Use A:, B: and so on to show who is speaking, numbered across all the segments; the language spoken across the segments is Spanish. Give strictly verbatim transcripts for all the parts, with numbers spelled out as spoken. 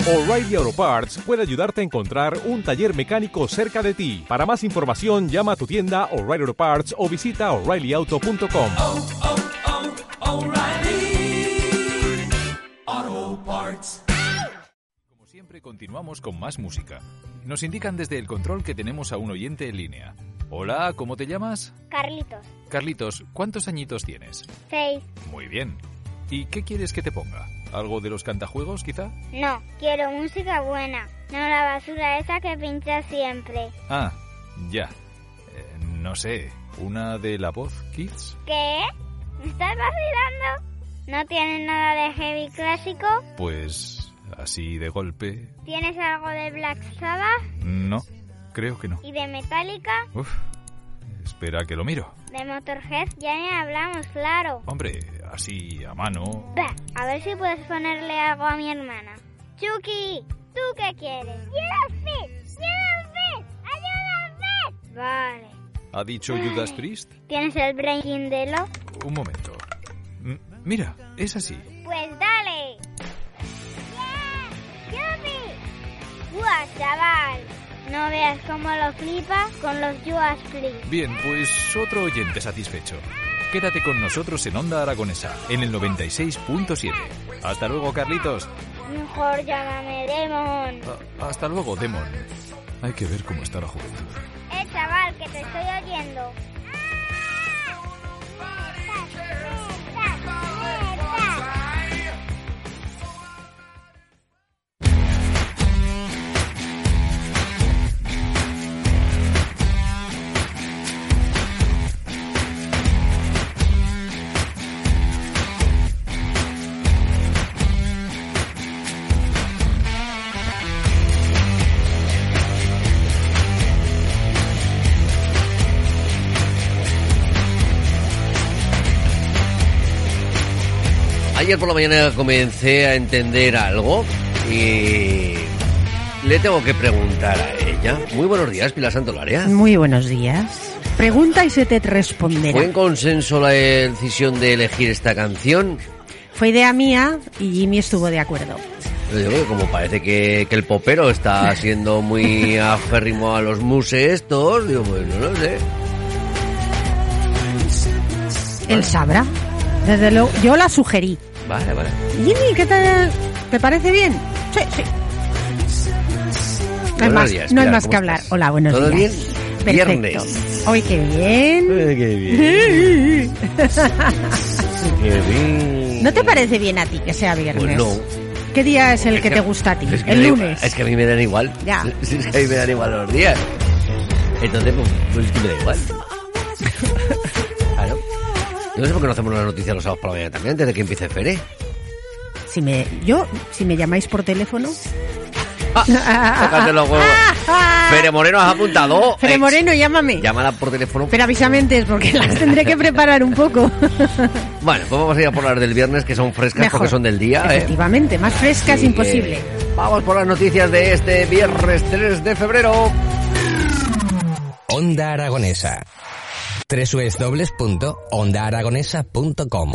A: O'Reilly Auto Parts puede ayudarte a encontrar un taller mecánico cerca de ti. Para más información, llama a tu tienda O'Reilly Auto Parts o visita O'Reilly Auto punto com.
B: Oh, oh, oh, O'Reilly Auto Parts.
C: Como siempre, continuamos con más música. Nos indican desde el control que tenemos a un oyente en línea. Hola, ¿cómo te llamas?
D: Carlitos.
C: Carlitos, ¿cuántos añitos tienes?
D: Seis.
C: Muy bien. ¿Y qué quieres que te ponga? ¿Algo de los cantajuegos, quizá?
D: No, quiero música buena, no la basura esa que pincha siempre.
C: Ah, ya. Eh, no sé, ¿una de La Voz Kids?
D: ¿Qué? ¿Me estás vacilando? ¿No tienes nada de heavy clásico?
C: Pues así de golpe...
D: ¿Tienes algo de Black Sabbath?
C: No, creo que no.
D: ¿Y de Metallica?
C: Uf, espera que lo miro.
D: De Motorhead ya ni hablamos, claro.
C: Hombre, así a mano...
D: Bah, a ver si puedes ponerle algo a mi hermana. Chucky, ¿tú qué quieres? ¡Judas Priest! ¡Judas Priest! ¡Ayúdame! Vale.
C: ¿Ha dicho Judas Priest?
D: ¿Tienes el Breaking de lo?
C: Un momento. M- mira, es así.
D: Pues dale. ¡Yeah! ¡Yupi! ¡Guau, chaval! No veas cómo lo flipa con los Judas Priest.
C: Bien, pues otro oyente satisfecho. Quédate con nosotros en Onda Aragonesa, en el noventa y seis punto siete. Hasta luego, Carlitos.
D: Mejor llámame Demon.
C: A- hasta luego, Demon. Hay que ver cómo está la juventud.
D: Eh, chaval, que te estoy oyendo.
E: Ayer por la mañana comencé a entender algo y le tengo que preguntar a ella. Muy buenos días, Pilar Santolaria.
F: Muy buenos días. Pregunta y se te responderá.
E: ¿Fue en consenso la decisión de elegir esta canción?
F: Fue idea mía y Jimmy estuvo de acuerdo.
E: Yo digo que como parece que, que el popero está siendo muy aférrimo a los muses estos, digo, pues no lo sé.
F: Él sabrá. Desde luego, yo la sugerí.
E: Vale, vale.
F: Jimmy, ¿qué tal? ¿Te parece bien? Sí, sí. No hay más,
E: días,
F: no hay
E: Pilar,
F: más
E: ¿cómo
F: que hablar.
E: estás?
F: Hola, buenos
E: ¿Todo
F: días.
E: bien?
F: Perfecto.
E: Viernes.
F: Hoy qué bien.
E: Eh, qué bien. Qué bien.
F: ¿No te parece bien a ti que sea viernes?
E: Pues no.
F: ¿Qué día es el
E: Es
F: que,
E: que-
F: te gusta a ti?
E: Es que
F: El
E: me da
F: lunes.
E: igual, es que a mí me dan igual.
F: Ya.
E: Es que a mí me dan igual los días. Entonces, pues, pues es que me da igual. Claro. Yo no sé por qué no hacemos las noticias los sábados por la mañana también, antes de que empiece Fere.
F: Si me, yo, si me llamáis por teléfono.
E: Tócate los huevos. Fere Moreno, has apuntado.
F: Fere
E: Ex.
F: Moreno, llámame.
E: Llámala por teléfono.
F: Pero avísame antes porque las tendré que preparar un poco.
E: Bueno, pues vamos a ir a por las del viernes, que son frescas
F: Mejor.
E: porque son del día. ¿eh?
F: Efectivamente, más fresca es
E: Así
F: imposible.
E: que vamos por las noticias de este viernes tres de febrero.
G: Onda Aragonesa. doble u doble u doble u punto onda aragonesa punto com.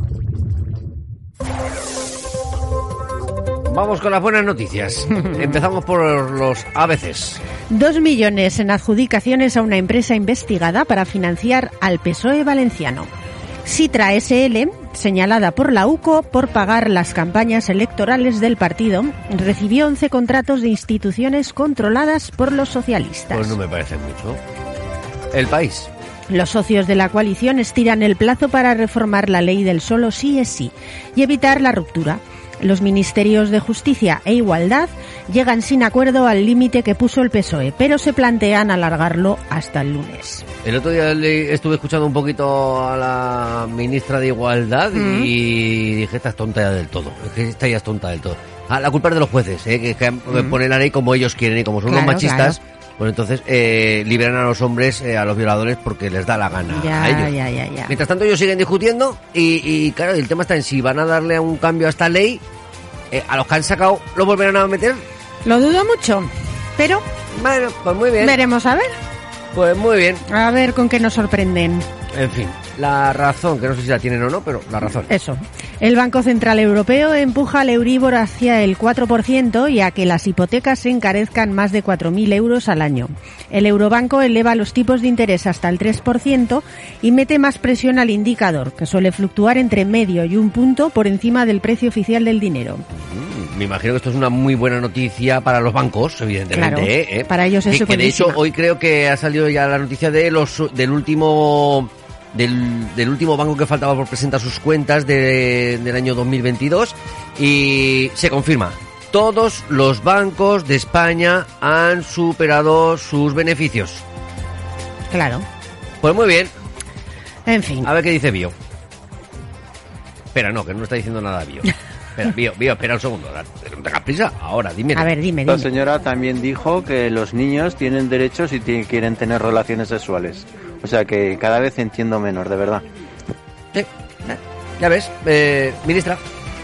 E: Vamos con las buenas noticias. Empezamos por los A B Cs.
F: Dos millones en adjudicaciones a una empresa investigada para financiar al P S O E valenciano. Sitra S L, señalada por la U C O por pagar las campañas electorales del partido, recibió once contratos de instituciones controladas por los socialistas.
E: Pues no me parece mucho. El País.
F: Los socios de la coalición estiran el plazo para reformar la ley del solo sí es sí y evitar la ruptura. Los ministerios de Justicia e Igualdad llegan sin acuerdo al límite que puso el P S O E, pero se plantean alargarlo hasta el lunes.
E: El otro día le estuve escuchando un poquito a la ministra de Igualdad
F: Mm.
E: y dije, esta es tonta ya del todo. Es que esta ya es tonta del todo. Ah, la culpa es de los jueces, ¿eh? que, que
F: Mm.
E: ponen la ley como ellos quieren y como son
F: Claro,
E: unos machistas,
F: claro.
E: pues entonces eh, liberan a los hombres, eh, a los violadores, porque les da la gana
F: Ya,
E: a ellos.
F: ya, ya, ya.
E: Mientras tanto ellos siguen discutiendo y, y claro, el tema está en si van a darle un cambio a esta ley, eh, a los que han sacado lo volverán a meter.
F: Lo dudo mucho, pero
E: Bueno, pues muy bien.
F: veremos a ver.
E: Pues muy bien.
F: A ver con qué nos sorprenden.
E: En fin, la razón, que no sé si la tienen o no, pero la razón.
F: Eso. El Banco Central Europeo empuja al Euribor hacia el cuatro por ciento y a que las hipotecas se encarezcan más de cuatro mil euros al año. El Eurobanco eleva los tipos de interés hasta el tres por ciento y mete más presión al indicador, que suele fluctuar entre medio y un punto por encima del precio oficial del dinero.
E: Me imagino que esto es una muy buena noticia para los bancos, evidentemente.
F: Claro,
E: ¿eh? ¿eh?
F: para ellos es
E: que, que de hecho
F: buenísima.
E: hoy creo que ha salido ya la noticia de los del último del, del último banco que faltaba por presentar sus cuentas de, del año dos mil veintidós y se confirma. Todos los bancos de España han superado sus beneficios.
F: Claro.
E: Pues muy bien.
F: En fin.
E: A ver qué dice Bio. Espera, no, que no está diciendo nada Bio. Espera, Bio, Bio, espera un segundo. No tengas prisa. Ahora, dime.
F: A ver, dime,
H: La
F: dime.
H: señora también dijo que los niños tienen derechos si tienen- quieren tener relaciones sexuales. O sea que cada vez entiendo menos, de verdad.
E: Sí, eh, ya ves, eh, ministra.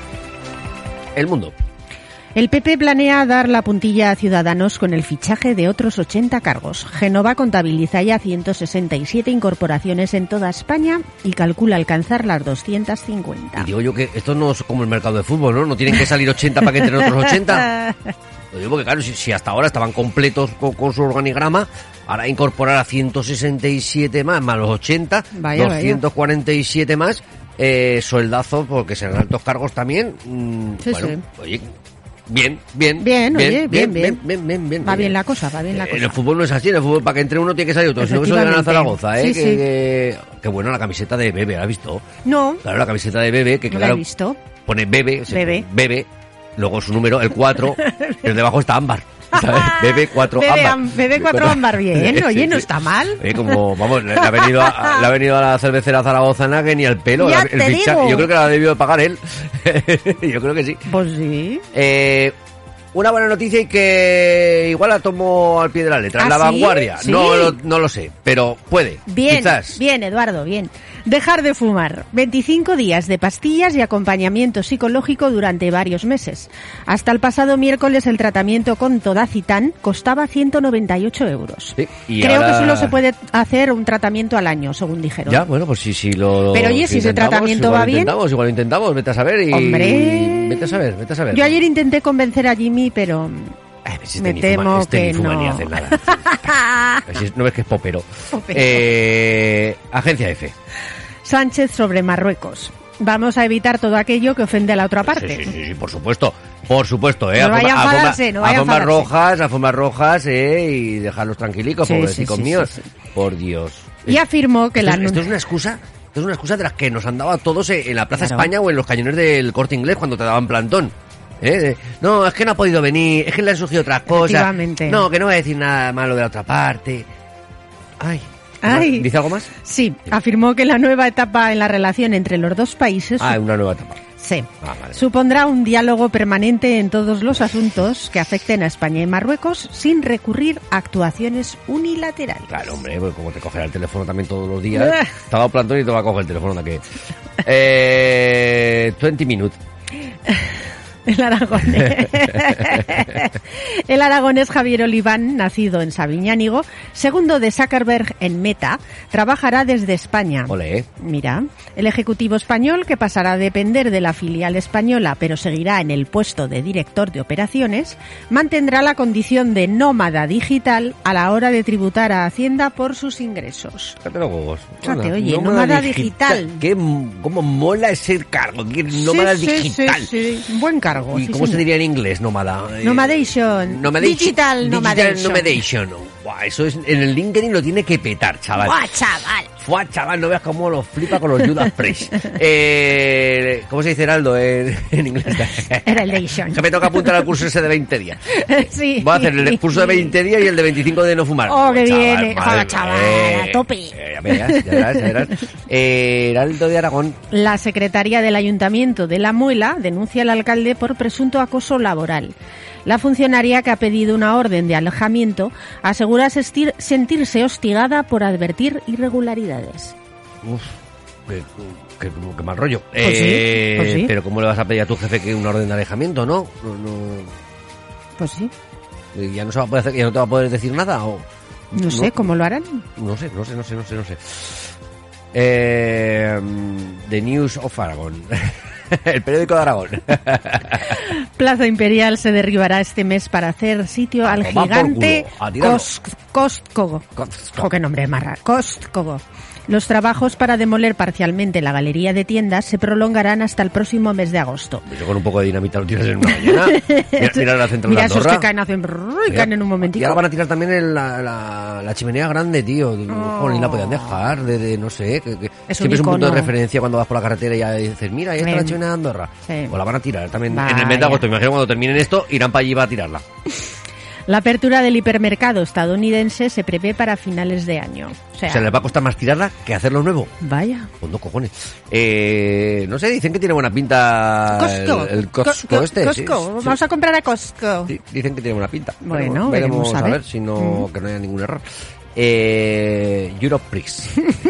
E: El Mundo.
F: El P P planea dar la puntilla a Ciudadanos con el fichaje de otros ochenta cargos. Génova contabiliza ya ciento sesenta y siete incorporaciones en toda España y calcula alcanzar las doscientas cincuenta.
E: Y digo yo que esto no es como el mercado de fútbol, ¿no? No tienen que salir ochenta para que entren otros ochenta. Lo digo porque, claro, si, si hasta ahora estaban completos con, con su organigrama, ahora incorporar a ciento sesenta y siete más, más los ochenta,
F: Vaya,
E: doscientos cuarenta y siete más, eh, sueldazos, porque serán altos cargos también. Mm,
F: Sí,
E: bueno,
F: sí.
E: oye, bien, bien,
F: Bien, oye, bien,
E: bien,
F: bien.
E: bien, bien, bien.
F: Va bien la cosa, va bien la
E: Eh, En el
F: cosa.
E: fútbol no es así, en el fútbol para que entre uno tiene que salir otro, si no que eso le gana a
F: Efectivamente.
E: Zaragoza, ¿eh?
F: Sí,
E: que,
F: sí.
E: que- Qué buena la camiseta de Bebe, ¿la has visto?
F: No,
E: Claro, la camiseta de Bebe, que
F: no la
E: claro,
F: he visto.
E: pone Bebe, o sea,
F: Bebe.
E: Bebe, luego su número, el cuatro, pero debajo está Ámbar, ¿sabes? Bebe cuatro
F: Bebe
E: Ámbar.
F: am- Bebe cuatro ámbar, bien.
E: Sí,
F: Oye, no
E: sí.
F: está mal.
E: Oye, como, vamos, le ha venido a, le ha venido a la cervecera zaragozana que ni al pelo,
F: Ya
E: el
F: te
E: fichaje,
F: digo.
E: yo creo que la ha debido de pagar él, yo creo que sí.
F: Pues sí.
E: Eh, una buena noticia y que igual la tomo al pie de la letra.
F: ¿Ah,
E: La
F: sí?
E: vanguardia.
F: Sí.
E: No, lo, no lo sé, pero puede.
F: Bien,
E: Quizás.
F: bien, Eduardo, bien. Dejar de fumar. veinticinco días de pastillas y acompañamiento psicológico durante varios meses. Hasta el pasado miércoles el tratamiento con Todacitán costaba ciento noventa y ocho euros.
E: Sí, y
F: Creo
E: ahora-
F: que solo se puede hacer un tratamiento al año, según dijeron.
E: Ya, bueno, pues si, si lo.
F: Pero oye, si ese
E: intentamos,
F: tratamiento
E: igual
F: va bien.
E: Intentamos, igual lo intentamos, vete a saber y.
F: Hombre.
E: Vete a saber, vete a saber.
F: Yo ayer intenté convencer a Jimmy, pero
E: Ay, pues este
F: me
E: ni
F: temo
E: fuma, este
F: que
E: ni fuma
F: no.
E: ni hace nada. Así es, no ves que es popero.
F: Popero.
E: Eh, Agencia F.
F: Sánchez sobre Marruecos. Vamos a evitar todo aquello que ofende a la otra parte.
E: Sí, sí, sí, sí, por supuesto. Por supuesto, ¿eh?
F: No vaya a
E: forma-
F: enfadarse,
E: forma-
F: no vaya a
E: formas
F: enfadarse.
E: rojas, a formas rojas, ¿eh? Y dejarlos tranquilicos,
F: Sí,
E: pobrecicos
F: sí, sí,
E: míos.
F: sí, sí.
E: Por Dios.
F: Y afirmó que
E: esto,
F: la
E: es, esto es una excusa. Esto es una excusa de las que nos han dado a todos en la Plaza
F: Claro.
E: España o en los cañones del Corte Inglés cuando te daban plantón. ¿Eh? De, no, es que no ha podido venir, es que le han surgido otras cosas.
F: Efectivamente.
E: No, que no voy a decir nada malo de la otra parte. Ay.
F: Ay.
E: ¿Dice algo más?
F: Sí, afirmó que la nueva etapa en la relación entre los dos países
E: Ah, una nueva etapa.
F: sí,
E: Ah, vale.
F: supondrá un diálogo permanente en todos los asuntos que afecten a España y Marruecos sin recurrir a actuaciones unilaterales.
E: Claro, hombre, pues como te cogerá el teléfono también todos los días. Te ha dado plantón y te va a coger el teléfono de que. Eh, veinte minutos.
F: El aragonés. El aragonés Javier Oliván, nacido en Sabiñánigo, segundo de Zuckerberg en Meta, trabajará desde España.
E: Ole, ¿eh?
F: Mira, el ejecutivo español, que pasará a depender de la filial española, pero seguirá en el puesto de director de operaciones, mantendrá la condición de nómada digital a la hora de tributar a Hacienda por sus ingresos.
E: Cállate los huevos.
F: Fíjate,
E: Hola,
F: oye, nómada digital.
E: Qué, m- cómo mola ese cargo. Qué nómada
F: Sí, sí,
E: digital.
F: sí, sí. Buen cargo.
E: ¿Y
F: sí,
E: cómo se
F: señor.
E: diría en inglés, nómada? Eh,
F: Nomadation.
E: Nomadation.
F: Digital nomadation.
E: Digital nomadation. Buah, eso es, en el LinkedIn lo tiene que petar, chaval.
F: ¡Buah, chaval!
E: Fua, chaval, no veas cómo lo flipa con los Judas Priest. Eh, ¿Cómo se dice Heraldo en, en inglés?
F: Heraldation.
E: Que me toca apuntar al curso ese de veinte días.
F: Sí.
E: Voy a hacer el curso de veinte días y el de veinticinco de no fumar.
F: Oh, qué
E: Chaval,
F: bien, eh.
E: madre
F: Joder, chaval,
E: mía.
F: a tope.
E: Eh, ya verás, ya verás, ya verás. Eh, Heraldo de Aragón.
F: La secretaria del Ayuntamiento de La Muela denuncia al alcalde por presunto acoso laboral. La funcionaria, que ha pedido una orden de alejamiento, asegura asistir- sentirse hostigada por advertir irregularidades.
E: Uf, qué, qué- qué mal rollo.
F: Pues sí,
E: Eh,
F: pues sí.
E: Pero ¿cómo le vas a pedir a tu jefe que una orden de alejamiento, no? No, no-
F: Pues sí.
E: ¿Ya no se va a poder hacer, ya no te va a poder decir nada? O,
F: No sé, ¿cómo lo harán?
E: No sé, no sé, no sé, no sé, no sé. Eh, The News of Aragon. El periódico de Aragón.
F: Plaza Imperial se derribará este mes para hacer sitio al
E: Toma por
F: gigante
E: culo, a tirarlo.
F: Cos- Costco. Jo, qué nombre más raro. Costco. Los trabajos para demoler parcialmente la galería de tiendas se prolongarán hasta el próximo mes de agosto.
E: Yo con un poco de dinamita lo tiras en una mañana. Mira, mira la central
F: Mira
E: de
F: esos
E: Andorra.
F: que caen, hacen brrr y
E: Mira,
F: caen en un
E: Y
F: momentito.
E: ahora van a tirar también en la, la, la chimenea grande, tío.
F: Oh.
E: Joder, la podían dejar, de, de no sé. Que, que
F: Es
E: siempre
F: un
E: es un punto de
F: icono.
E: referencia cuando vas por la carretera y ya dices, mira, ahí está
F: Sí.
E: la chimenea de Andorra.
F: Sí.
E: O la van a tirar también
F: Vaya.
E: en el mes de agosto. Imagino cuando terminen esto, irán para allí y va a tirarla.
F: La apertura del hipermercado estadounidense se prevé para finales de año. O sea,
E: Se les va a costar más tirarla que hacerlo nuevo.
F: vaya.
E: Pues no cojones. Eh, no sé, dicen que tiene buena pinta
F: Costco.
E: el, el Costco
F: Co- co-
E: este. sí,
F: Costco.
E: sí.
F: Vamos a comprar a Costco.
E: Sí, dicen que tiene buena pinta.
F: Bueno,
E: veremos,
F: veremos,
E: a
F: a
E: ver,
F: ver.
E: si no, que no haya ningún error. Eh, Europe Prix.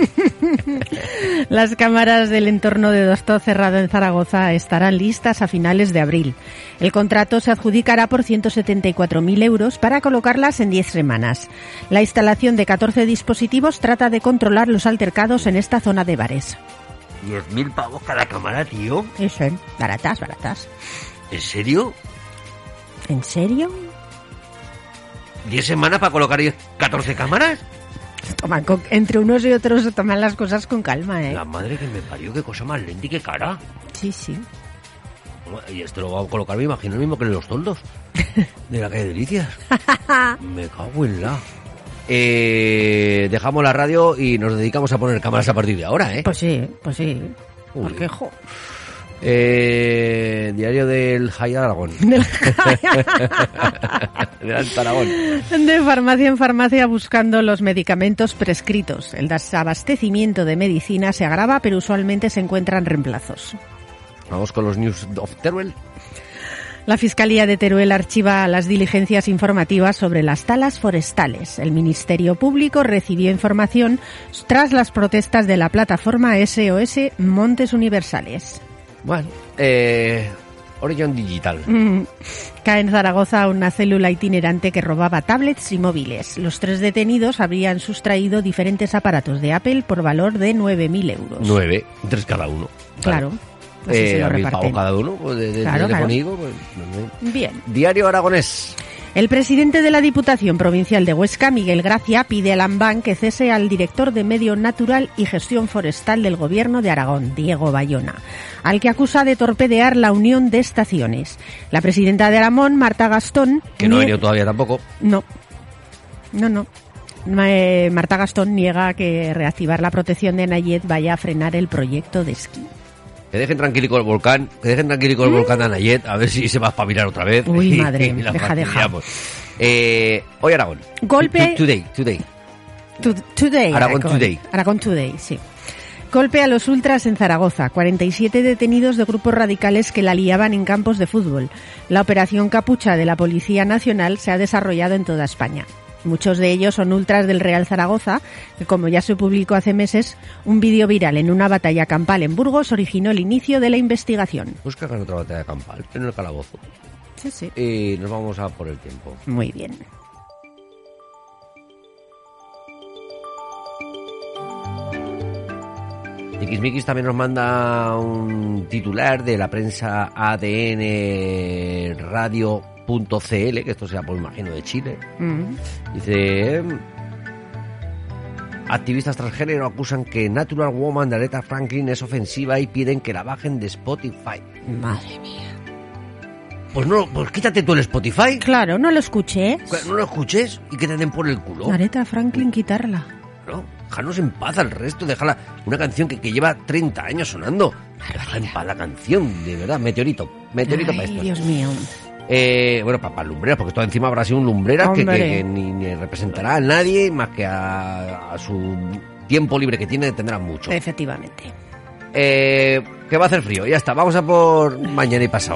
F: Las cámaras del entorno de Dostó cerrado en Zaragoza estarán listas a finales de abril. El contrato se adjudicará por ciento setenta y cuatro mil euros para colocarlas en diez semanas. La instalación de catorce dispositivos trata de controlar los altercados en esta zona de bares.
E: diez mil pavos cada cámara, tío.
F: Eso, baratas, baratas.
E: ¿En serio?
F: ¿En serio?
E: ¿diez semanas para colocar catorce cámaras?
F: Toman con- entre unos y otros se toman las cosas con calma, ¿eh?
E: La madre que me parió, qué cosa más lenta y qué cara.
F: Sí, sí.
E: Y esto lo va a colocar, me imagino, lo mismo que en los toldos de la calle Delicias. Me cago en la... Eh, dejamos la radio y nos dedicamos a poner cámaras a partir de ahora, ¿eh?
F: Pues sí, pues sí.
E: Uy.
F: Porque, jo...
E: Eh, diario del Jai Aragón. Del Alto Aragón.
F: De farmacia en farmacia buscando los medicamentos prescritos. El desabastecimiento de medicina se agrava, pero usualmente se encuentran reemplazos.
E: Vamos con los news of Teruel.
F: La Fiscalía de Teruel archiva las diligencias informativas sobre las talas forestales. El Ministerio Público recibió información tras las protestas de la plataforma S O S Montes Universales.
E: Bueno, eh, Orion Digital.
F: Mm. Cae en Zaragoza una célula itinerante que robaba tablets y móviles. Los tres detenidos habrían sustraído diferentes aparatos de Apple por valor de nueve mil euros.
E: Nueve, tres cada uno.
F: Claro. Así se
E: Eh,
F: lo
E: a mil
F: reparten.
E: pavos cada uno, pues de, de,
F: Claro,
E: de
F: claro.
E: telefónico, pues, no sé.
F: Bien.
E: Diario Aragonés.
F: El presidente de la Diputación Provincial de Huesca, Miguel Gracia, pide al AMBAN que cese al director de Medio Natural y Gestión Forestal del Gobierno de Aragón, Diego Bayona, al que acusa de torpedear la unión de estaciones. La presidenta de Aramón, Marta Gastón...
E: Que no ha
F: nie-
E: venido todavía tampoco.
F: No, no, no. Eh, Marta Gastón niega que reactivar la protección de Nayet vaya a frenar el proyecto de esquí.
E: Que dejen tranquilico el volcán, que dejen tranquilico el volcán de Anayet, a ver si se va a espabilar otra vez.
F: Uy,
E: Y-
F: madre,
E: y la
F: deja, deja.
E: fastidiamos. Eh, hoy Aragón.
F: Golpe-
E: To- Today, today.
F: To- Today.
E: Aragón Today.
F: Aragón Today, sí. Golpe a los ultras en Zaragoza. cuarenta y siete detenidos de grupos radicales que la liaban en campos de fútbol. La operación Capucha de la Policía Nacional se ha desarrollado en toda España. Muchos de ellos son ultras del Real Zaragoza, que como ya se publicó hace meses, un vídeo viral en una batalla campal en Burgos originó el inicio de la investigación.
E: Pues que hagan otra batalla campal en el calabozo.
F: Sí, sí.
E: Y nos vamos a por el tiempo.
F: Muy bien.
E: Tiquismiquis también nos manda un titular de la prensa A D N Radio punto C L, que esto sea, por imagino, de Chile.
F: Mm.
E: Dice: em, activistas transgénero acusan que Natural Woman de Aretha Franklin es ofensiva y piden que la bajen de Spotify.
F: Madre mía.
E: Pues no, pues quítate tú el Spotify,
F: Claro, no lo escuché.
E: no lo escuches y que te den por el culo.
F: Aretha Franklin, quitarla.
E: ¿No? Déjanos en paz al resto, déjala. Una canción que, que lleva treinta años sonando. Déjala en paz la canción, de verdad. Meteorito, meteorito
F: Ay,
E: para esto.
F: Dios mío.
E: Eh, bueno, para, para lumbreras, porque esto encima habrá sido un lumbrera que, que,
F: Hombre.
E: que ni, ni representará a nadie más que a, a su tiempo libre que tiene, tendrá mucho.
F: Efectivamente.
E: Eh, que va a hacer frío, ya está, vamos a por mañana y pasado.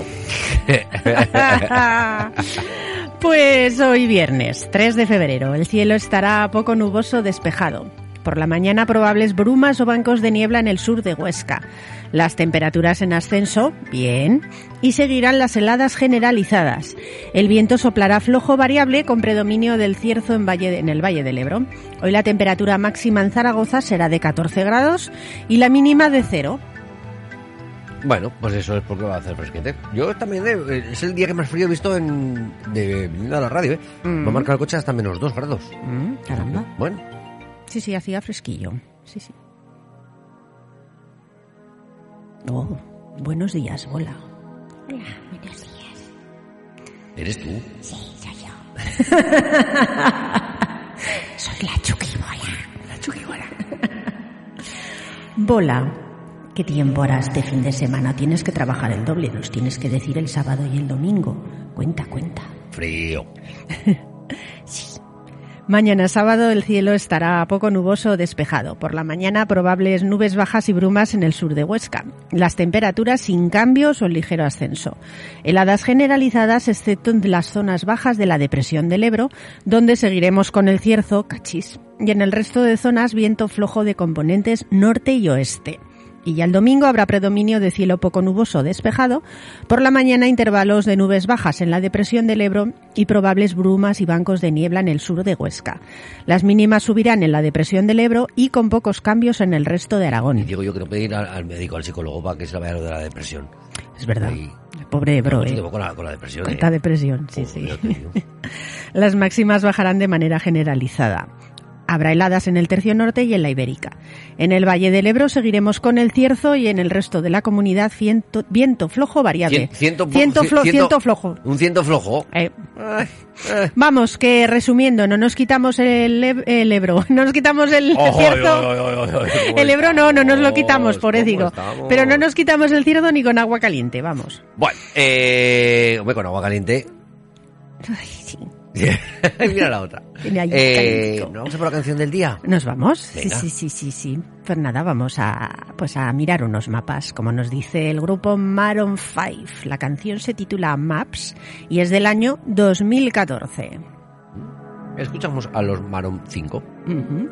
F: Pues hoy viernes, tres de febrero, el cielo estará poco nuboso despejado. Por la mañana probables brumas o bancos de niebla en el sur de Huesca. Las temperaturas en ascenso, bien, y seguirán las heladas generalizadas. El viento soplará flojo variable con predominio del cierzo en, valle de, en el Valle del Ebro. Hoy la temperatura máxima en Zaragoza será de catorce grados y la mínima de cero.
E: Bueno, pues eso es porque va a hacer fresquete. Yo también, eh, es el día que más frío he visto en, de viniendo a la radio, ¿eh? Mm. Me marca el coche hasta menos dos grados.
F: Mm, caramba.
E: Bueno.
F: Sí, sí, hacía fresquillo. Sí, sí. Oh, buenos días, Bola.
D: Hola, buenos días.
E: ¿Eres tú?
D: Sí, soy yo. Soy la Chucky Bola.
F: La Chucky Bola. Bola. ¿Qué tiempo harás este fin de semana? Tienes que trabajar el doble, nos tienes que decir el sábado y el domingo. Cuenta, cuenta.
E: Frío.
F: Sí. Mañana sábado el cielo estará poco nuboso o despejado. Por la mañana probables nubes bajas y brumas en el sur de Huesca. Las temperaturas sin cambios o ligero ascenso. Heladas generalizadas excepto en las zonas bajas de la depresión del Ebro, donde seguiremos con el cierzo, cachis. Y en el resto de zonas viento flojo de componentes norte y oeste. Y ya el domingo habrá predominio de cielo poco nuboso despejado, por la mañana intervalos de nubes bajas en la depresión del Ebro y probables brumas y bancos de niebla en el sur de Huesca. Las mínimas subirán en la depresión del Ebro y con pocos cambios en el resto de Aragón.
E: Y digo yo que no puede ir al, al médico, al psicólogo, para que se la vea lo de la depresión.
F: Es verdad.
E: Ahí,
F: pobre Ebro, eh.
E: Con la, con la depresión.
F: Con
E: eh.
F: la depresión, sí, sí. Las máximas bajarán de manera generalizada. Habrá heladas en el tercio norte y en la Ibérica. En el Valle del Ebro seguiremos con el cierzo y en el resto de la comunidad viento, viento flojo variable.
E: Ciento,
F: ciento, flo, ciento, ciento flojo.
E: Un ciento flojo.
F: Eh. Ay, eh. Vamos, que resumiendo, no nos quitamos el, el Ebro, no nos quitamos el
E: oh,
F: cierzo.
E: Oh, oh, oh, oh, oh,
F: el Ebro no, no nos lo quitamos, por digo. Pero no nos quitamos el cierzo ni con agua caliente, vamos.
E: Bueno, eh, hombre, con agua caliente.
F: Ay, sí.
E: Mira la otra. Eh, ¿Nos vamos a por la canción del día?
F: ¿Nos vamos?
E: Venga.
F: Sí, sí, sí, sí, sí. Pues nada, vamos a, pues a mirar unos mapas, como nos dice el grupo Maroon cinco. La canción se titula Maps y es del año dos mil catorce.
E: Escuchamos a los Maroon cinco.
F: Uh-huh.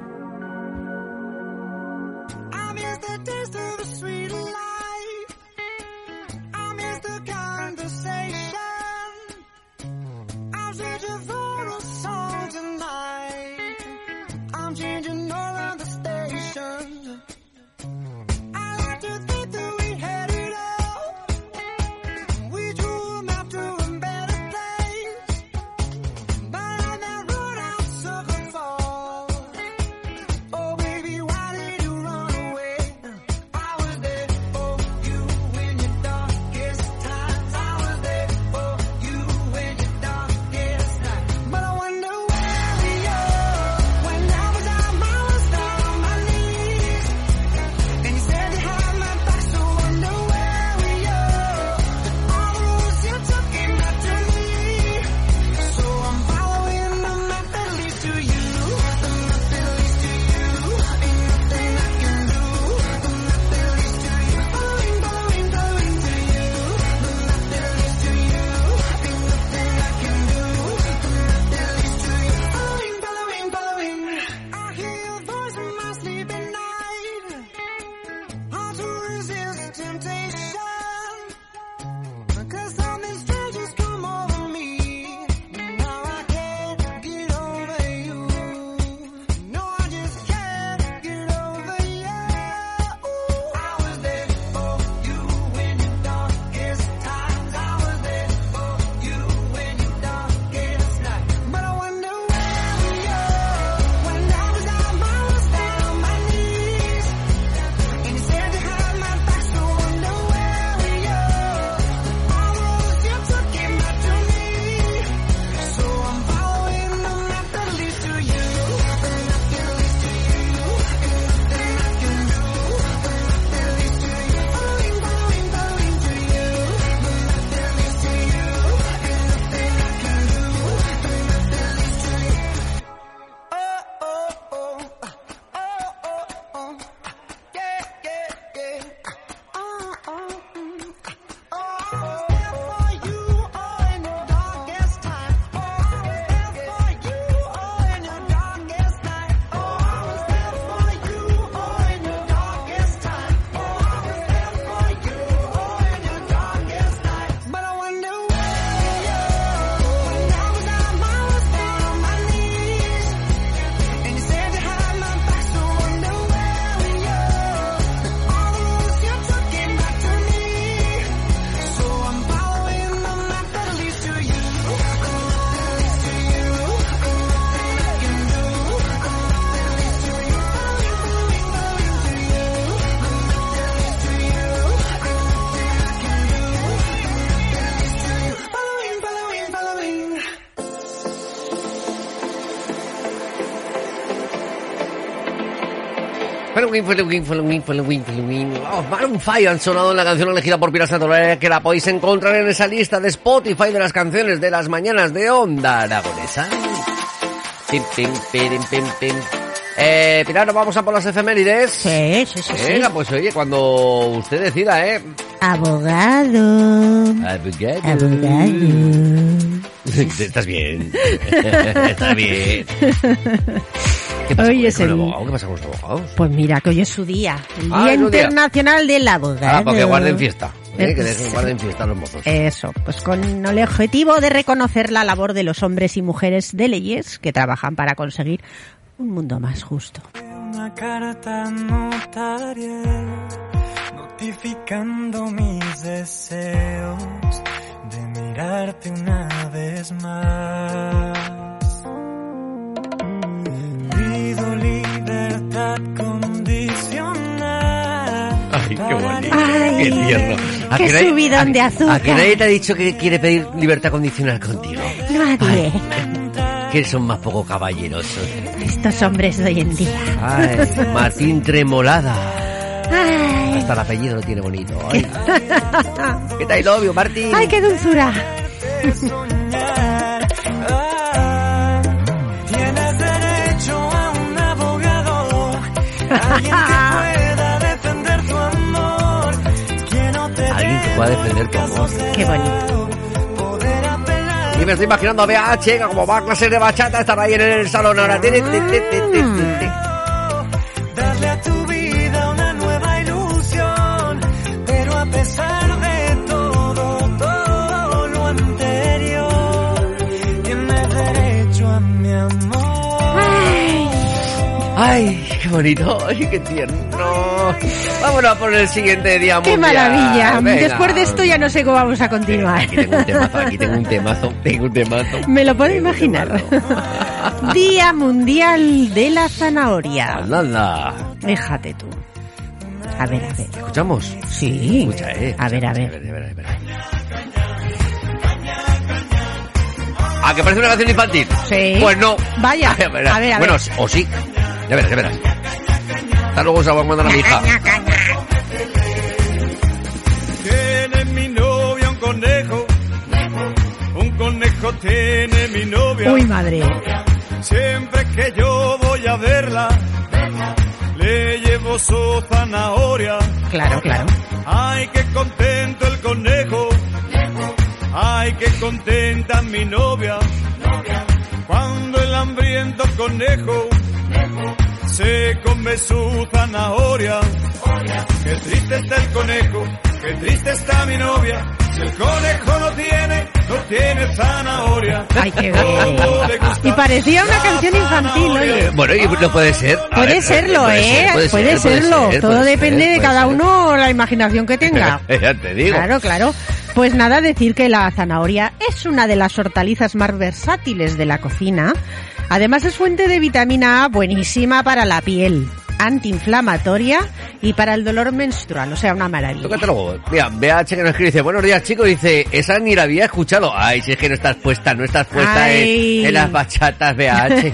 E: Halloween, Halloween, Halloween, Halloween, Halloween. Oh, Maroon cinco han sonado en la canción elegida por Pilar Santorera, que la podéis encontrar en esa lista de Spotify de las canciones de las mañanas de Onda Aragonesa. Pim, pim, pim, pim, pim. Eh, Pilar, ¿nos vamos a por las efemérides?
F: Sí, sí, sí.
E: Venga,
F: sí.
E: pues oye, cuando usted decida, ¿eh?
F: Abogado.
E: Abogado.
F: Abogado.
E: Estás bien. Estás bien. ¿Qué pasa
F: Hoy
E: con,
F: es
E: con el
F: el-
E: abogado? ¿Qué pasa con los abogados?
F: Pues mira, que hoy es su día. El
E: Ah,
F: Día
E: es su día.
F: Internacional del Abogado.
E: Ah, para que guarden fiesta. ¿eh?
F: Eh,
E: Que dejen, guarden fiesta a los mozos.
F: Eso, pues con el objetivo de reconocer la labor de los hombres y mujeres de leyes que trabajan para conseguir un mundo más justo.
B: Una carta notarial notificando mis deseos de mirarte una vez más. Pido libertad condicional.
E: Ay, qué bonito.
F: Ay,
E: Qué tierno. ¿A
F: qué
E: que nadie-
F: subidón
E: a-
F: de azúcar.
E: ¿A que nadie te ha dicho que quiere pedir libertad condicional contigo?
F: Nadie.
E: Que son más poco caballerosos.
F: Estos hombres de hoy en día.
E: Ay, Martín Tremolada.
F: Ay,
E: Hasta el apellido lo tiene bonito. Ay. ¿Qué tal, obvio, Martín?
F: ay, qué dulzura.
B: Soñar. Ah, tienes derecho a un abogado, alguien que pueda defender tu amor, que no te
E: Alguien que pueda defender tu amor.
F: Qué bonito.
B: poder apelar.
E: Y me estoy imaginando a B H, que como va a clase de bachata, estará ahí en el salón ahora. Ti, ti, ti, ti, ti, ti, ti.
B: Darle a tu vida una nueva ilusión, pero a pesar de todo, todo lo anterior, tienes derecho a mi amor.
E: Ay, qué bonito, ay, qué tierno. Vámonos a por el siguiente día
F: Qué
E: mundial.
F: maravilla.
E: Venga.
F: Después de esto ya no sé cómo vamos a continuar.
E: Aquí tengo un temazo, aquí tengo un temazo, tengo un temazo.
F: Me lo puedo
E: Tengo un
F: imaginar.
E: temazo.
F: Día Mundial de la Zanahoria.
E: Anda, anda.
F: Déjate tú. A ver, a ver.
E: ¿Escuchamos?
F: Sí.
E: Escucha, eh.
F: A ver, a
E: A
F: ver.
E: ver, a ver, a ver. ¿A que parece una canción infantil?
F: Sí.
E: Pues no.
F: Vaya.
E: A ver,
F: A ver, a
E: bueno,
F: ver.
E: o sí. Ya verás, ya verás. Hasta luego se va a mandar a mi hija.
B: Tiene mi novia un conejo, un conejo tiene mi novia.
F: Uy, madre.
B: Siempre que yo voy a verla, le llevo su zanahoria.
F: Claro, claro.
B: Ay, qué contento el conejo. Ay, qué contenta mi novia. Cuando el hambriento conejo se come su zanahoria. Qué triste está el conejo, qué triste está mi novia. Si el conejo no tiene, no tiene zanahoria.
F: Ay, qué
B: Oh, le gusta
F: Y parecía una
B: la
F: canción infantil,
B: zanahoria.
F: oye.
E: Bueno, y no puede ser. A
F: Puede
E: ver,
F: serlo,
E: puede
F: ¿eh?
E: ser,
F: Puede,
E: ser, puede
F: serlo.
E: ser,
F: Todo
E: puede
F: depende
E: ser,
F: de
E: puede
F: cada
E: ser.
F: uno la imaginación que tenga.
E: Ya te digo.
F: Claro, claro. Pues nada, decir que la zanahoria es una de las hortalizas más versátiles de la cocina. Además es fuente de vitamina A buenísima para la piel, antiinflamatoria y para el dolor menstrual. O sea, una maravilla.
E: Tócate luego. Mira, B H que nos escribe, dice, buenos días chicos, dice, esa ni la había escuchado. Ay, si es que no estás puesta, no estás puesta
F: Ay.
E: en, en las bachatas, B H.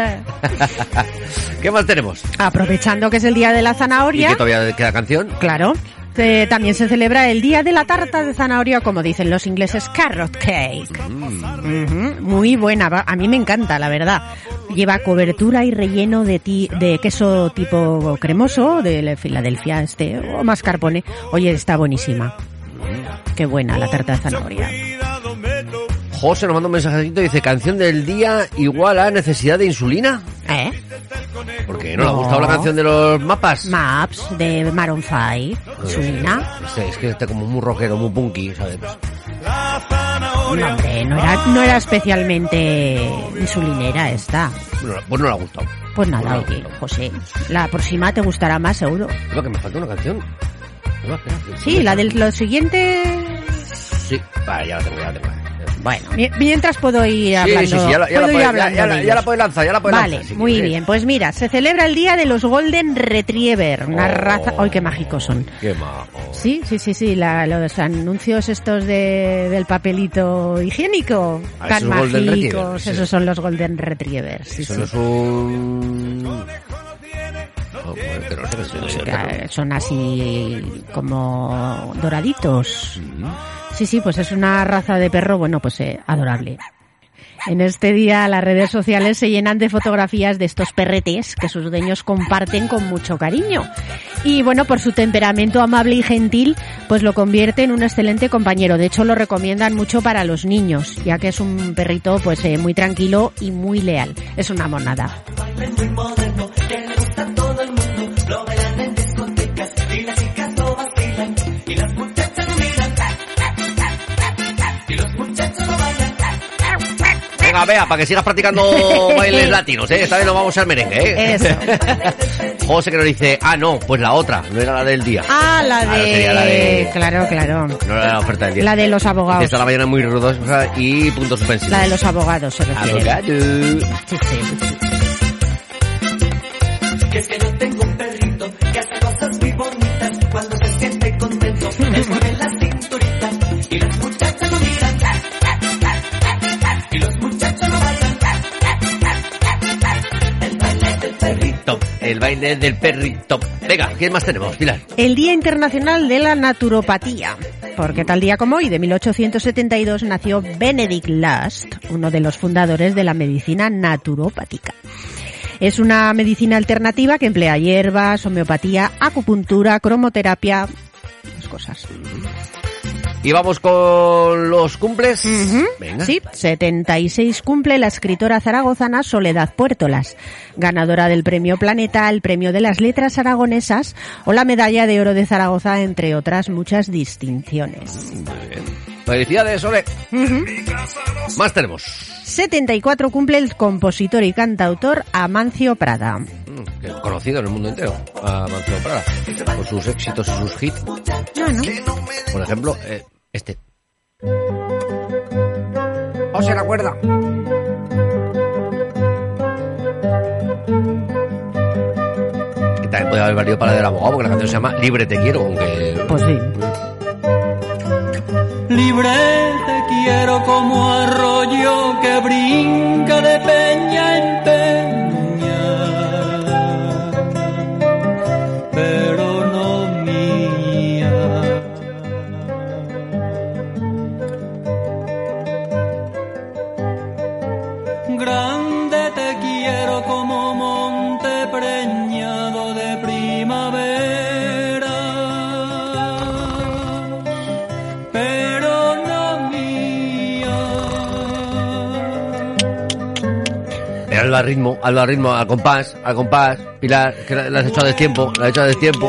E: ¿Qué más tenemos?
F: Aprovechando que es el día de la
E: ¿Y
F: zanahoria.
E: que todavía queda canción?
F: Claro. Eh, también se celebra el día de la tarta de zanahoria, como dicen los ingleses, carrot cake. Ujú, muy buena, va- a mí me encanta, la verdad. Lleva cobertura y relleno de, ti- de queso tipo cremoso, de la Filadelfia, este, o mascarpone. Oye, está buenísima. Qué buena la tarta de zanahoria.
B: Cuidado meto,
E: José nos manda un mensajito y dice, canción del día igual a necesidad de insulina.
F: ¿Eh?
E: Porque no, le ha
F: No.
E: gustado la canción de los mapas.
F: Maps de Maroon cinco. Insulina.
E: Este, es que está como muy rockero, muy punky, ¿sabes?
B: la
F: No,
B: zanahoria.
F: hombre, no era, no era especialmente insulinera esta.
E: Bueno, pues no le ha gustado.
F: Pues nada,
E: No,
F: oye,
E: no.
F: José, la próxima te gustará más, seguro.
E: Creo que me falta una canción. No, espera, espera.
F: Sí, la de lo siguiente.
E: Sí, vale, ya la tengo, ya la tengo.
F: Bueno, mi- mientras puedo ir
E: Sí,
F: hablando.
E: sí, sí, ya la, ya la
F: puedo ir
E: puedes- ya-
F: hablando
E: ya la-
F: de
E: ya la
F: ellos.
E: puedes lanzar, ya la puedes
F: Vale,
E: lanzar. si
F: muy
E: quieres.
F: bien. Pues mira, se celebra el día de los Golden Retriever, una
E: Oh.
F: raza. ¡Ay, qué mágicos son!
E: Qué majo.
F: Sí, sí, sí, sí, la, los anuncios estos de, del papelito higiénico,
E: Ah,
F: tan
E: esos Golden Retriever,
F: mágicos,
E: sí.
F: esos son los Golden Retrievers. Sí,
E: Eso
F: sí.
E: no es un... Que no sé qué es
F: Pues,
E: el
F: que,
E: perro.
F: son así como doraditos. Sí, sí, pues es una raza de perro, bueno, pues eh, adorable. En este día las redes sociales se llenan de fotografías de estos perretes que sus dueños comparten con mucho cariño. Y bueno, por su temperamento amable y gentil, pues lo convierte en un excelente compañero. De hecho, lo recomiendan mucho para los niños, ya que es un perrito pues eh, muy tranquilo y muy leal. Es una monada.
E: Venga, vea, para que sigas practicando bailes latinos, ¿eh? Esta vez nos vamos al merengue, ¿eh?
F: Eso.
E: José que nos dice, ah, no, pues la otra, no era la del día.
F: Ah, la
E: Claro,
F: de...
E: sería la de-
F: Claro, claro.
E: No era la oferta del día.
F: La de los abogados.
E: Esta la mañana muy ruidosa y puntos suspensivos.
F: La de los abogados se refiere.
E: Abogado.
F: Sí, sí.
I: Que es que yo tengo un perrito que hace cosas muy bonitas cuando se siente contento. Me mueve la cinturita y las muchachas lo miran. Y los muchachos lo bailan. El baile del perrito.
E: El baile del perrito. Venga, ¿quién más tenemos, Pilar?
F: El Día Internacional de la Naturopatía. Porque tal día como hoy, de mil ochocientos setenta y dos, nació Benedict Lust, uno de los fundadores de la medicina naturopática. Es una medicina alternativa que emplea hierbas, homeopatía, acupuntura, cromoterapia, las cosas.
E: Y vamos con los cumples.
F: Ujú.
E: Venga.
F: Sí, setenta y seis cumple la escritora zaragozana Soledad Puertolas, ganadora del Premio Planeta, el Premio de las Letras Aragonesas o la Medalla de Oro de Zaragoza, entre otras muchas distinciones.
E: Muy bien. Felicidades, Sole.
F: Ujú.
E: Más tenemos.
F: setenta y cuatro cumple el compositor y cantautor Amancio Prada.
E: Mm, que conocido en el mundo entero, a Mancio Prada, por sus éxitos y sus hits.
F: Bueno,
E: Por ejemplo, eh, este. ¿O se recuerda? Que también puede haber valido para la del abogado, porque la canción se llama Libre te quiero, aunque...
F: pues sí.
I: Libre te quiero como arroyo que brinca de peña en peña, pero no mía. Grande te quiero como monte preñado de primavera, pero no mía.
E: Pero hazlo al ritmo, hazlo al ritmo, al compás, al compás. Pilar, que la la has hecho a destiempo, la has hecho a destiempo.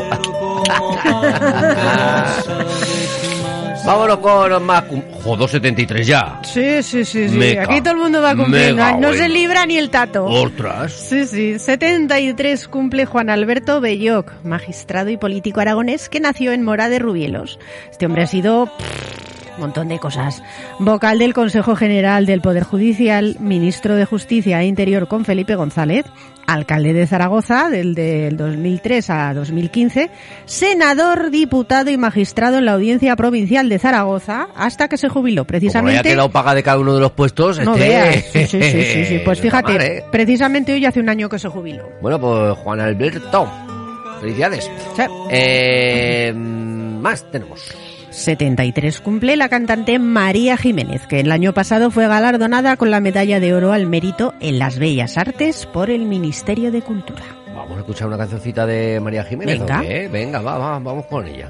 E: Vámonos con más... cum- Joder, setenta y tres ya.
F: Sí, sí, sí, sí.
E: Meca.
F: Aquí todo el mundo va cumpliendo.
E: Mega,
F: No
E: güey.
F: se libra ni el tato.
E: Ostras.
F: Sí, sí. setenta y tres cumple Juan Alberto Belloc, magistrado y político aragonés que nació en Mora de Rubielos. Este hombre ha sido pff, un montón de cosas. Vocal del Consejo General del Poder Judicial, ministro de Justicia e Interior con Felipe González, alcalde de Zaragoza del, del dos mil tres a dos mil quince, senador, diputado y magistrado en la Audiencia Provincial de Zaragoza hasta que se jubiló.
E: Como
F: Precisamente...
E: haya quedado paga de cada uno de los puestos,
F: No
E: este...
F: veas. Sí, sí, sí, sí, sí. Pues
E: no
F: fíjate,
E: está mal, ¿eh?
F: precisamente hoy hace un año que se jubiló.
E: Bueno, pues Juan Alberto, felicidades.
F: Sí.
E: Eh, más tenemos.
F: setenta y tres cumple la cantante María Jiménez, que el año pasado fue galardonada con la Medalla de Oro al Mérito en las Bellas Artes por el Ministerio de Cultura.
E: Vamos a escuchar una cancioncita de María Jiménez.
F: Venga.
E: ¿O qué? Venga, va, va, vamos con ella.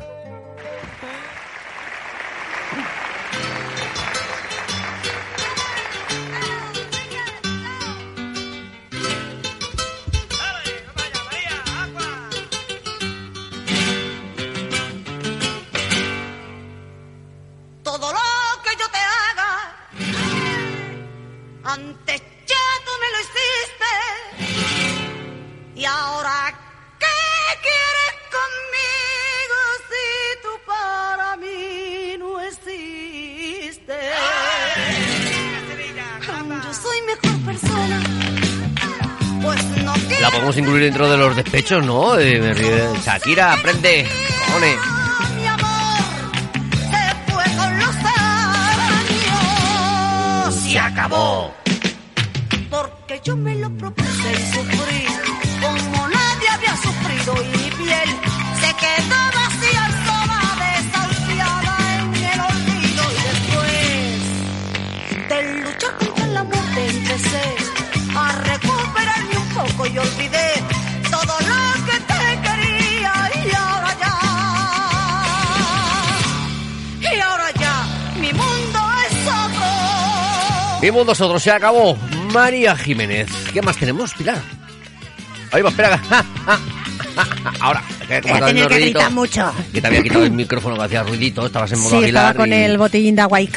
J: Todo lo que yo te haga, antes ya tú me lo hiciste. Y ahora, ¿qué quieres conmigo si tú para mí no existes? Yo soy mejor persona, pues no quiero.
E: La podemos incluir dentro de los despechos, ¿no? Eh, me ríe. Shakira, aprende. Cojones.
J: Mi amor se fue con los años.
E: Se acabó.
J: Porque yo me lo propuse y sufrí como nadie había sufrido. oído y piel se quedó vacía, sola, desahuciada en el olvido. Y después de luchar contra la muerte empecé a recuperarme un poco y olvidé todo lo que te quería. Y ahora ya, y ahora ya, mi mundo es otro.
E: Mi mundo es otro, se acabó. María Jiménez. ¿Qué más tenemos, Pilar? Ahí va, espera. Ahora. Que
F: Voy a tener que gritar mucho.
E: Que te había quitado el micrófono que hacía ruidito. Estabas en modo
F: Sí,
E: Aguilar.
F: estaba con
E: y...
F: el botellín de agua y...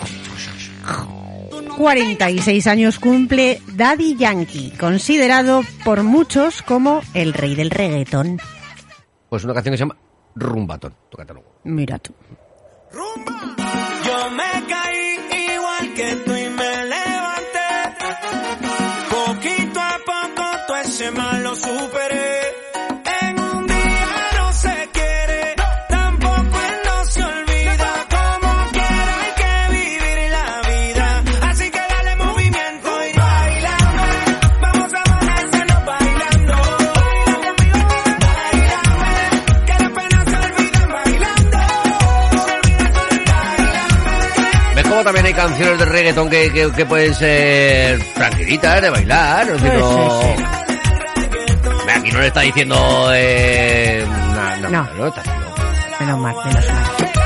F: cuarenta y seis años cumple Daddy Yankee, considerado por muchos como el rey del reggaetón.
E: Pues una canción que se llama Rumbatón. Tócatelo.
F: Mira tú.
I: Yo me caí igual que tú y me levanté. Poquito a poco todo ese mal lo superé. En un día no se quiere, tampoco él no se olvida. Como quiera hay que vivir la vida. Así que dale movimiento y bailame. Vamos a amanecernos bailando. Baila conmigo, bailame. Que las penas se olvidan bailando. Se olvidan con bailame.
E: ¿Ves cómo también hay canciones de reggaetón que, que, que pueden ser tranquilitas de bailar? No,
F: Sí, sí, sí.
E: Aquí no le está diciendo... Eh... No, no,
F: No.
E: no está haciendo.
F: Menos mal, menos mal.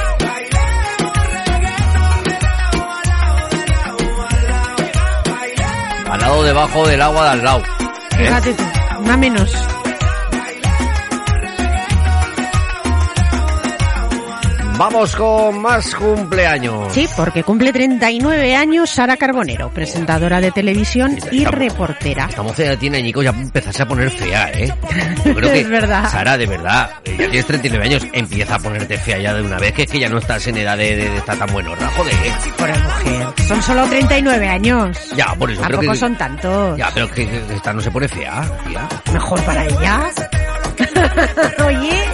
E: Al lado, debajo del agua de al lado. ¿Eh?
F: Fíjate tú, una menos.
E: Vamos con más cumpleaños.
F: Sí, porque cumple treinta y nueve años Sara Carbonero, presentadora de televisión y reportera.
E: Esta moza ya tiene añicos, ya empezase a poner fea, ¿eh? Yo creo que,
F: Es verdad.
E: Sara, de verdad, eh, ya tienes treinta y nueve años, empieza a ponerte fea ya de una vez, que es que ya no estás en edad de, de, de estar tan bueno, joder.
F: Pobre mujer. Son solo treinta y nueve años.
E: Ya, por eso creo
F: Tampoco
E: que...
F: son tantos.
E: Ya, pero que, que esta no se pone fea, tía.
F: Mejor para ella. Oye.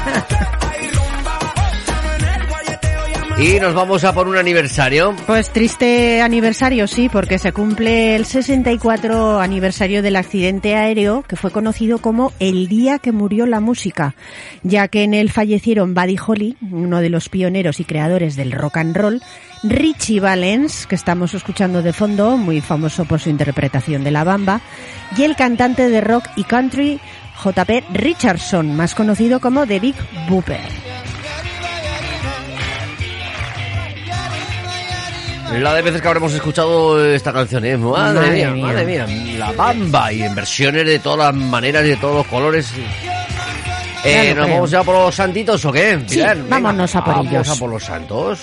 E: Y nos vamos a por un aniversario.
F: Pues triste aniversario, sí, porque se cumple el sesenta y cuatro aniversario del accidente aéreo que fue conocido como el día que murió la música, ya que en él fallecieron Buddy Holly, uno de los pioneros y creadores del rock and roll, Richie Valens, que estamos escuchando de fondo, muy famoso por su interpretación de La Bamba, y el cantante de rock y country J P Richardson, más conocido como The Big Bopper.
E: La de veces que habremos escuchado esta canción, ¿eh? Madre,
F: Madre
E: mía,
F: mía.
E: madre mía. La Bamba, y en versiones de todas las maneras y de todos los colores.
F: Ya
E: Eh,
F: lo
E: ¿Nos
F: creo.
E: vamos ya por los santitos o qué?
F: Sí,
E: Pilar, venga,
F: vámonos a por
E: vamos
F: ellos.
E: a por los santos.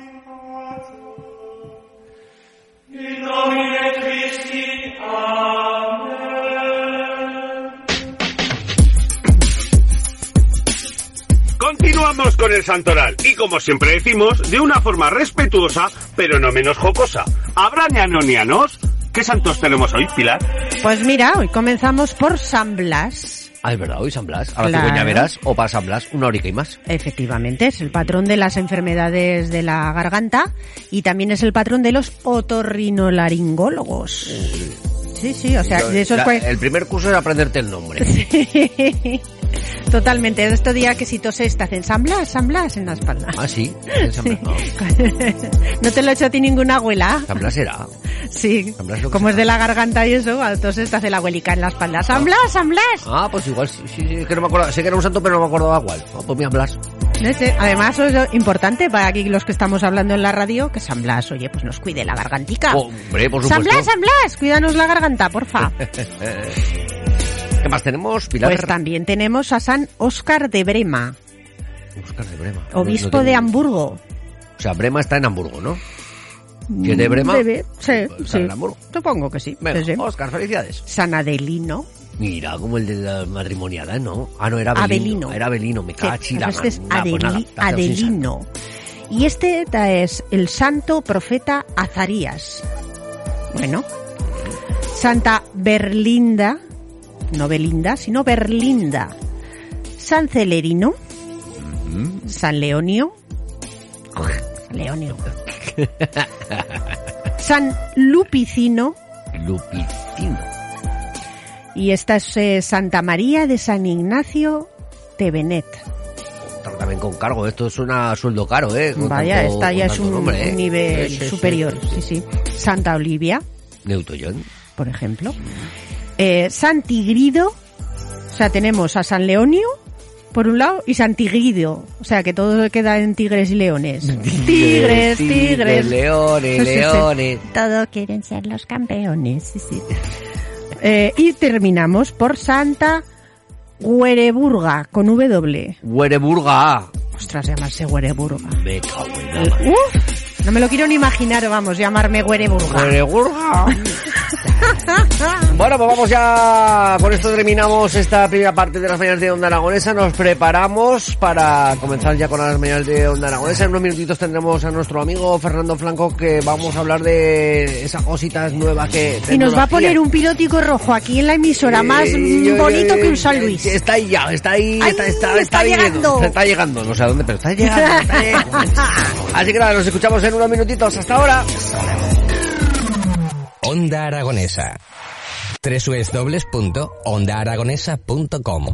K: Continuamos con el santoral y, como siempre decimos, de una forma respetuosa, pero no menos jocosa. ¿Habrá ñanonianos? ¿Qué santos tenemos hoy, Pilar?
F: Pues mira, hoy comenzamos por San Blas.
E: Ah, es verdad, hoy San Blas. A la
F: Claro.
E: cigüeña verás, o para San Blas, una horica y más.
F: Efectivamente, es el patrón de las enfermedades de la garganta y también es el patrón de los otorrinolaringólogos. Sí, sí, o sea, de esos
E: La-
F: pues...
E: El primer curso es aprenderte el nombre.
F: Totalmente, de estos días que si toses te hacen San Blas, San Blas en la espalda.
E: Ah, sí. es San Blas, no.
F: ¿No te lo ha hecho a ti ninguna abuela?
E: San Blas era.
F: Sí,
E: San Blas es lo que
F: como
E: se
F: es de la garganta y eso, cuando toses te hace la abuelica en la espalda. ¡San Blas, San Blas!
E: Ah, pues igual, sí, sí, sí, es que no me acuerdo. Sé que era un santo, pero no me acordaba cuál. Ah, pues mira, Blas.
F: Ese. Además, eso es importante para aquí los que estamos hablando en la radio, que San Blas, oye, pues nos cuide la gargantica.
E: Hombre, por
F: San
E: supuesto.
F: Blas, San Blas, cuídanos la garganta, porfa.
E: ¿Qué más tenemos, Pilar?
F: Pues también tenemos a San Óscar de Brema,
E: Óscar de Brema.
F: obispo
E: No- no
F: de
E: tengo-
F: Hamburgo.
E: O sea, Brema está en Hamburgo, ¿no? ¿Si es de Brema?
F: Debe, sí,
E: Pues
F: sí.
E: en Hamburgo.
F: Supongo que sí.
E: Venga,
F: sí, sí.
E: Óscar, felicidades.
F: San Adelino.
E: Mira, como el de la matrimoniada, ¿no? Ah, no, era Abelino.
F: Avelino.
E: Era Abelino, me
F: Sí,
E: cachi la
F: este es
E: mano. Pues nada,
F: Adeli-
E: te has quedado sin santo.
F: Adelino. Y este es el santo profeta Azarías. Bueno. Santa Berlinda. No Belinda, sino Berlinda. San Celerino. San Leonio. San Leonio. San Lupicino.
E: Lupicino.
F: Y esta es eh, Santa María de San Ignacio de Benet.
E: También con cargo, esto suena a sueldo caro, ¿eh? Con
F: Vaya,
E: tanto,
F: esta ya es un,
E: nombre, ¿eh?
F: un nivel
E: sí, sí,
F: superior, sí, sí. Santa Olivia,
E: Newton,
F: por ejemplo. Eh, Santigrido, o sea, tenemos a San Leonio, por un lado, y Santigrido, o sea, que todo queda en tigres y leones. Tigres, tigres. tigres
E: leones, leones.
F: Todos quieren ser los campeones, sí, sí. Eh, y terminamos por Santa Huereburga, con W.
E: Huereburga.
F: Ostras, llamarse Huereburga.
E: Me cago en la madre.
F: Uf, no me lo quiero ni imaginar, vamos, llamarme Huereburga.
E: Huereburga. Bueno, pues vamos ya, con esto terminamos esta primera parte de las mañanas de Onda Aragonesa. Nos preparamos para comenzar ya con las mañanas de Onda Aragonesa. En unos minutitos tendremos a nuestro amigo Fernando Flanco, que vamos a hablar de esas cositas nuevas que...
F: Y nos va a poner un pilotico rojo aquí en la emisora, eh, más yo, bonito yo, que un San Luis.
E: Está ahí ya, está ahí,
F: Ay,
E: está, está,
F: está,
E: está
F: llegando.
E: Viniendo, está llegando, no sé a dónde, pero está llegando, está llegando. Así que nada, nos escuchamos en unos minutitos. Hasta ahora.
G: Onda Aragonesa. doble u doble u doble u punto onda aragonesa punto com.